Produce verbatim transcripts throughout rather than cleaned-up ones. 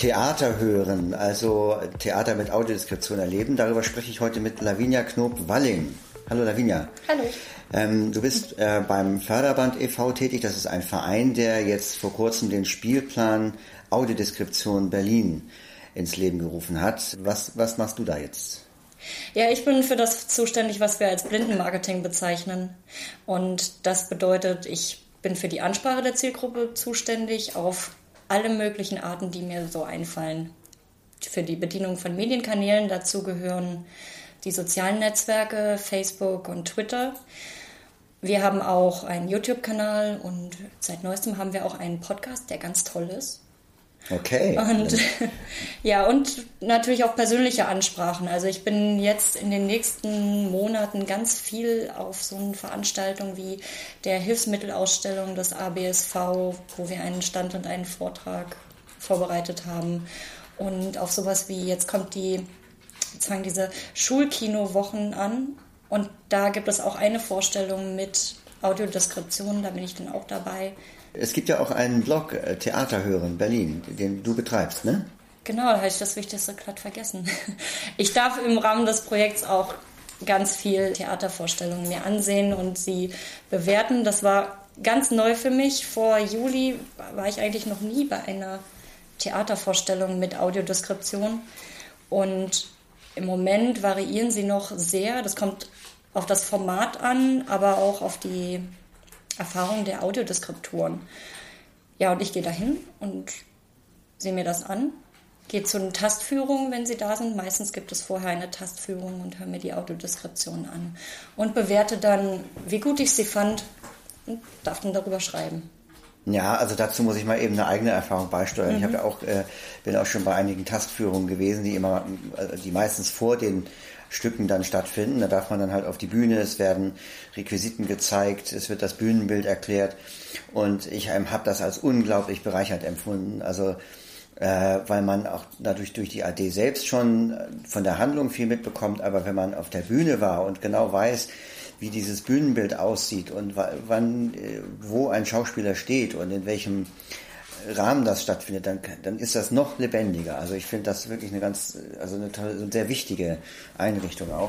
Theater hören, also Theater mit Audiodeskription erleben. Darüber spreche ich heute mit Lavinia Knob-Walling. Hallo Lavinia. Hallo. Ähm, du bist äh, beim Förderband e V tätig. Das ist ein Verein, der jetzt vor kurzem den Spielplan Audiodeskription Berlin ins Leben gerufen hat. Was, was machst du da jetzt? Ja, ich bin für das zuständig, was wir als Blindenmarketing bezeichnen. Und das bedeutet, ich bin für die Ansprache der Zielgruppe zuständig auf alle möglichen Arten, die mir so einfallen. Für die Bedienung von Medienkanälen, dazu gehören die sozialen Netzwerke, Facebook und Twitter. Wir haben auch einen YouTube-Kanal und seit neuestem haben wir auch einen Podcast, der ganz toll ist. Okay. Und ja, und natürlich auch persönliche Ansprachen. Also ich bin jetzt in den nächsten Monaten ganz viel auf so eine Veranstaltung wie der Hilfsmittelausstellung des A B S V, wo wir einen Stand und einen Vortrag vorbereitet haben. Und auf sowas wie, jetzt kommt die, jetzt fangen diese Schulkinowochen an. Und da gibt es auch eine Vorstellung mit Audiodeskription, da bin ich dann auch dabei. Es gibt ja auch einen Blog, äh, Theater hören Berlin, den du betreibst, ne? Genau, da habe ich das Wichtigste gerade vergessen. Ich darf im Rahmen des Projekts auch ganz viel Theatervorstellungen mir ansehen und sie bewerten. Das war ganz neu für mich. Vor Juli war ich eigentlich noch nie bei einer Theatervorstellung mit Audiodeskription. Und im Moment variieren sie noch sehr. Das kommt auf das Format an, aber auch auf die Erfahrung der Audiodeskriptoren. Ja, und ich gehe dahin und sehe mir das an, gehe zu den Tastführungen, wenn sie da sind. Meistens gibt es vorher eine Tastführung und höre mir die Audiodeskription an und bewerte dann, wie gut ich sie fand und darf dann darüber schreiben. Ja, also dazu muss ich mal eben eine eigene Erfahrung beisteuern. Mhm. Ich habe auch, äh, bin auch schon bei einigen Tastführungen gewesen, die immer, die meistens vor den Stücken dann stattfinden. Da darf man dann halt auf die Bühne, es werden Requisiten gezeigt, es wird das Bühnenbild erklärt und ich ähm, habe das als unglaublich bereichernd empfunden. Also äh, weil man auch dadurch durch die A D selbst schon von der Handlung viel mitbekommt, aber wenn man auf der Bühne war und genau weiß, wie dieses Bühnenbild aussieht und wann, wo ein Schauspieler steht und in welchem Rahmen das stattfindet, dann, dann ist das noch lebendiger. Also ich finde das wirklich eine ganz, also eine tolle, eine sehr wichtige Einrichtung auch.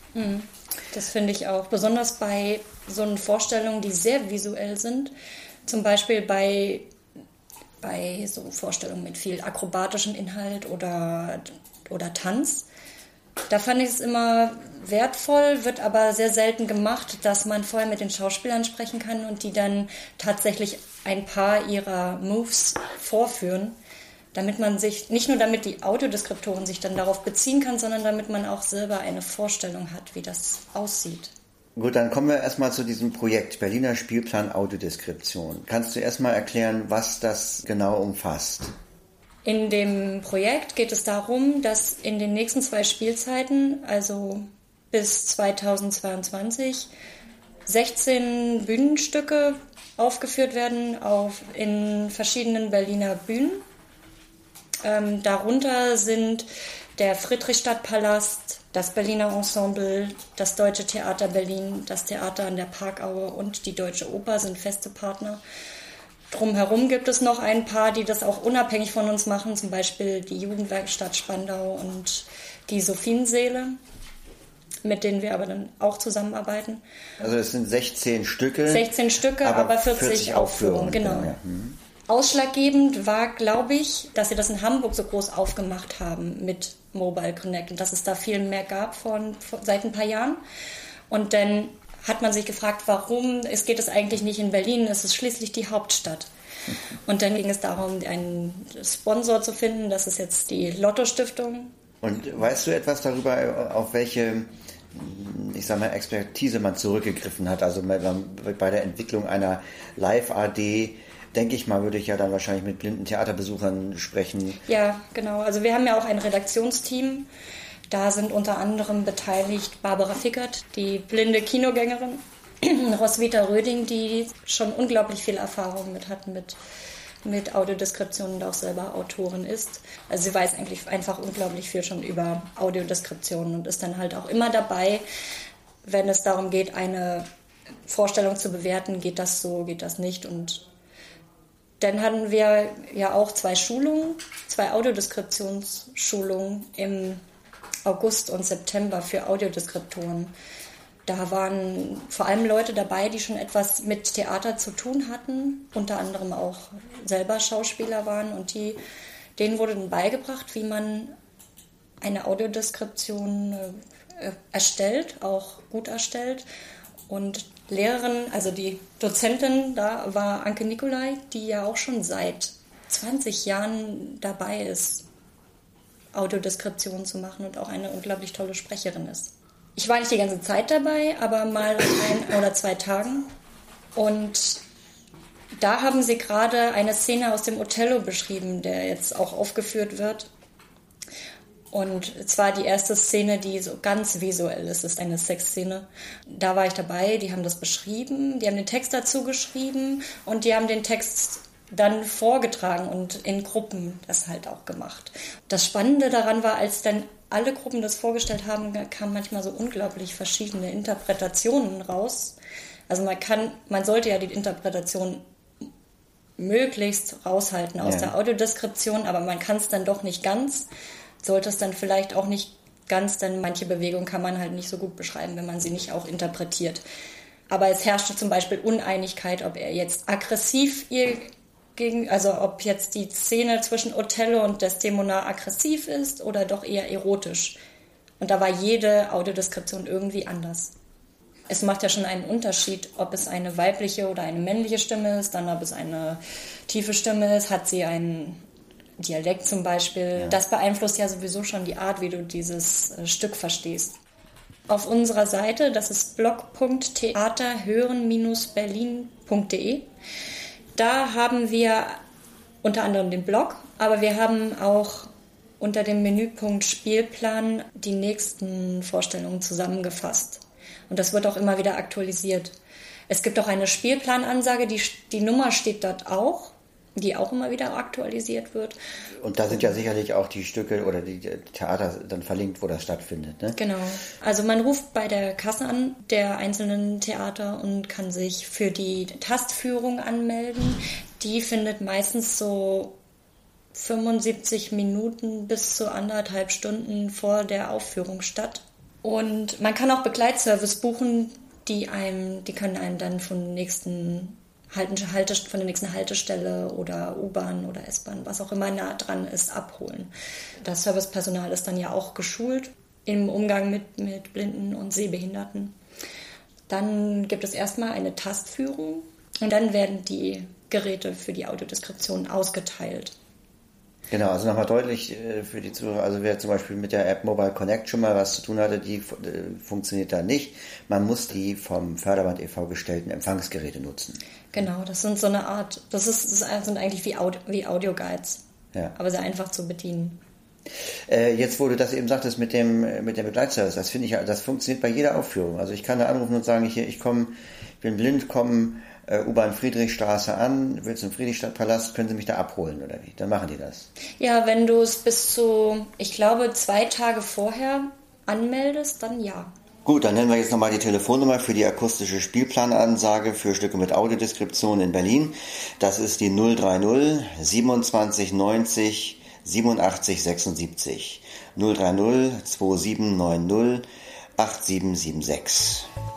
Das finde ich auch. Besonders bei so einen Vorstellungen, die sehr visuell sind. Zum Beispiel bei, bei so Vorstellungen mit viel akrobatischem Inhalt oder, oder Tanz. Da fand ich es immer wertvoll, wird aber sehr selten gemacht, dass man vorher mit den Schauspielern sprechen kann und die dann tatsächlich ein paar ihrer Moves vorführen, damit man sich, nicht nur damit die Audiodeskriptoren sich dann darauf beziehen kann, sondern damit man auch selber eine Vorstellung hat, wie das aussieht. Gut, dann kommen wir erstmal zu diesem Projekt Berliner Spielplan Audiodeskription. Kannst du erstmal erklären, was das genau umfasst? In dem Projekt geht es darum, dass in den nächsten zwei Spielzeiten, also bis zweitausendzweiundzwanzig, sechzehn Bühnenstücke aufgeführt werden auf, in verschiedenen Berliner Bühnen. Ähm, darunter sind der Friedrichstadtpalast, das Berliner Ensemble, das Deutsche Theater Berlin, das Theater an der Parkaue und die Deutsche Oper sind feste Partner. Drumherum gibt es noch ein paar, die das auch unabhängig von uns machen, zum Beispiel die Jugendwerkstatt Spandau und die Sophienseele, mit denen wir aber dann auch zusammenarbeiten. Also es sind sechzehn Stücke. sechzehn Stücke, aber, aber vierzig, vierzig Aufführungen. Aufführungen genau. Ja. Hm. Ausschlaggebend war, glaube ich, dass sie das in Hamburg so groß aufgemacht haben mit Mobile Connect und dass es da viel mehr gab von, von, seit ein paar Jahren. Und dann hat man sich gefragt, warum es geht es eigentlich nicht in Berlin, es ist schließlich die Hauptstadt. Und dann ging es darum, einen Sponsor zu finden, das ist jetzt die Lotto-Stiftung. Und weißt du etwas darüber, auf welche, ich sag mal, Expertise man zurückgegriffen hat? Also bei der Entwicklung einer Live-A D, denke ich mal, würde ich ja dann wahrscheinlich mit blinden Theaterbesuchern sprechen. Ja, genau. Also wir haben ja auch ein Redaktionsteam. Da sind unter anderem beteiligt Barbara Fickert, die blinde Kinogängerin, Roswitha Röding, die schon unglaublich viel Erfahrung mit hat, mit, mit Audiodeskription und auch selber Autorin ist. Also sie weiß eigentlich einfach unglaublich viel schon über Audiodeskription und ist dann halt auch immer dabei, wenn es darum geht, eine Vorstellung zu bewerten, geht das so, geht das nicht. Und dann hatten wir ja auch zwei Schulungen, zwei Audiodeskriptionsschulungen im August und September für Audiodeskriptoren. Da waren vor allem Leute dabei, die schon etwas mit Theater zu tun hatten, unter anderem auch selber Schauspieler waren und die, denen wurde dann beigebracht, wie man eine Audiodeskription äh, erstellt, auch gut erstellt. Und Lehrerin, also die Dozentin da war Anke Nicolai, die ja auch schon seit zwanzig Jahren dabei ist, Audiodeskription zu machen und auch eine unglaublich tolle Sprecherin ist. Ich war nicht die ganze Zeit dabei, aber mal ein oder zwei Tagen. Und da haben sie gerade eine Szene aus dem Othello beschrieben, der jetzt auch aufgeführt wird. Und zwar die erste Szene, die so ganz visuell ist, ist eine Sexszene. Da war ich dabei, die haben das beschrieben, die haben den Text dazu geschrieben und die haben den Text dann vorgetragen und in Gruppen das halt auch gemacht. Das Spannende daran war, als dann alle Gruppen das vorgestellt haben, kamen manchmal so unglaublich verschiedene Interpretationen raus. Also man kann, man sollte ja die Interpretation möglichst raushalten aus ja. der Audiodeskription, aber man kann es dann doch nicht ganz. Sollte es dann vielleicht auch nicht ganz, denn manche Bewegungen kann man halt nicht so gut beschreiben, wenn man sie nicht auch interpretiert. Aber es herrschte zum Beispiel Uneinigkeit, ob er jetzt aggressiv ihr gegen, also ob jetzt die Szene zwischen Othello und Desdemona aggressiv ist oder doch eher erotisch. Und da war jede Audiodeskription irgendwie anders. Es macht ja schon einen Unterschied, ob es eine weibliche oder eine männliche Stimme ist, dann ob es eine tiefe Stimme ist, hat sie einen Dialekt zum Beispiel. Ja. Das beeinflusst ja sowieso schon die Art, wie du dieses äh, Stück verstehst. Auf unserer Seite, das ist blog punkt theaterhören Bindestrich berlin punkt de, da haben wir unter anderem den Blog, aber wir haben auch unter dem Menüpunkt Spielplan die nächsten Vorstellungen zusammengefasst. Und das wird auch immer wieder aktualisiert. Es gibt auch eine Spielplanansage, die, die Nummer steht dort auch, die auch immer wieder aktualisiert wird. Und da sind ja sicherlich auch die Stücke oder die Theater dann verlinkt, wo das stattfindet, ne? Genau. Also man ruft bei der Kasse an der einzelnen Theater und kann sich für die Tastführung anmelden. Die findet meistens so fünfundsiebzig Minuten bis zu anderthalb Stunden vor der Aufführung statt. Und man kann auch Begleitservice buchen, die einem, die können einen dann von nächsten Halte, von der nächsten Haltestelle oder U-Bahn oder S-Bahn, was auch immer nah dran ist, abholen. Das Servicepersonal ist dann ja auch geschult im Umgang mit, mit Blinden und Sehbehinderten. Dann gibt es erstmal eine Tastführung und dann werden die Geräte für die Audiodeskription ausgeteilt. Genau, also nochmal deutlich für die Zuhörer, also wer zum Beispiel mit der App Mobile Connect schon mal was zu tun hatte, die funktioniert da nicht. Man muss die vom Förderband e V gestellten Empfangsgeräte nutzen. Genau, das sind so eine Art, das, ist, das sind eigentlich wie, Audio, wie Audio-Guides, ja. Aber sehr einfach zu bedienen. Äh, jetzt, wo du das eben sagtest mit dem, mit dem Begleitservice, das finde ich, das funktioniert bei jeder Aufführung. Also ich kann da anrufen und sagen, ich, ich komme, ich bin blind, komme U-Bahn Friedrichstraße an, will zum Friedrichstadtpalast, können Sie mich da abholen oder wie? Dann machen die das. Ja, wenn du es bis zu, ich glaube, zwei Tage vorher anmeldest, dann ja. Gut, dann nennen wir jetzt nochmal die Telefonnummer für die akustische Spielplanansage für Stücke mit Audiodeskription in Berlin. Das ist die null drei null siebenundzwanzig neunzig siebenundachtzig sechsundsiebzig. null drei null zwei sieben neun null acht sieben sieben sechs.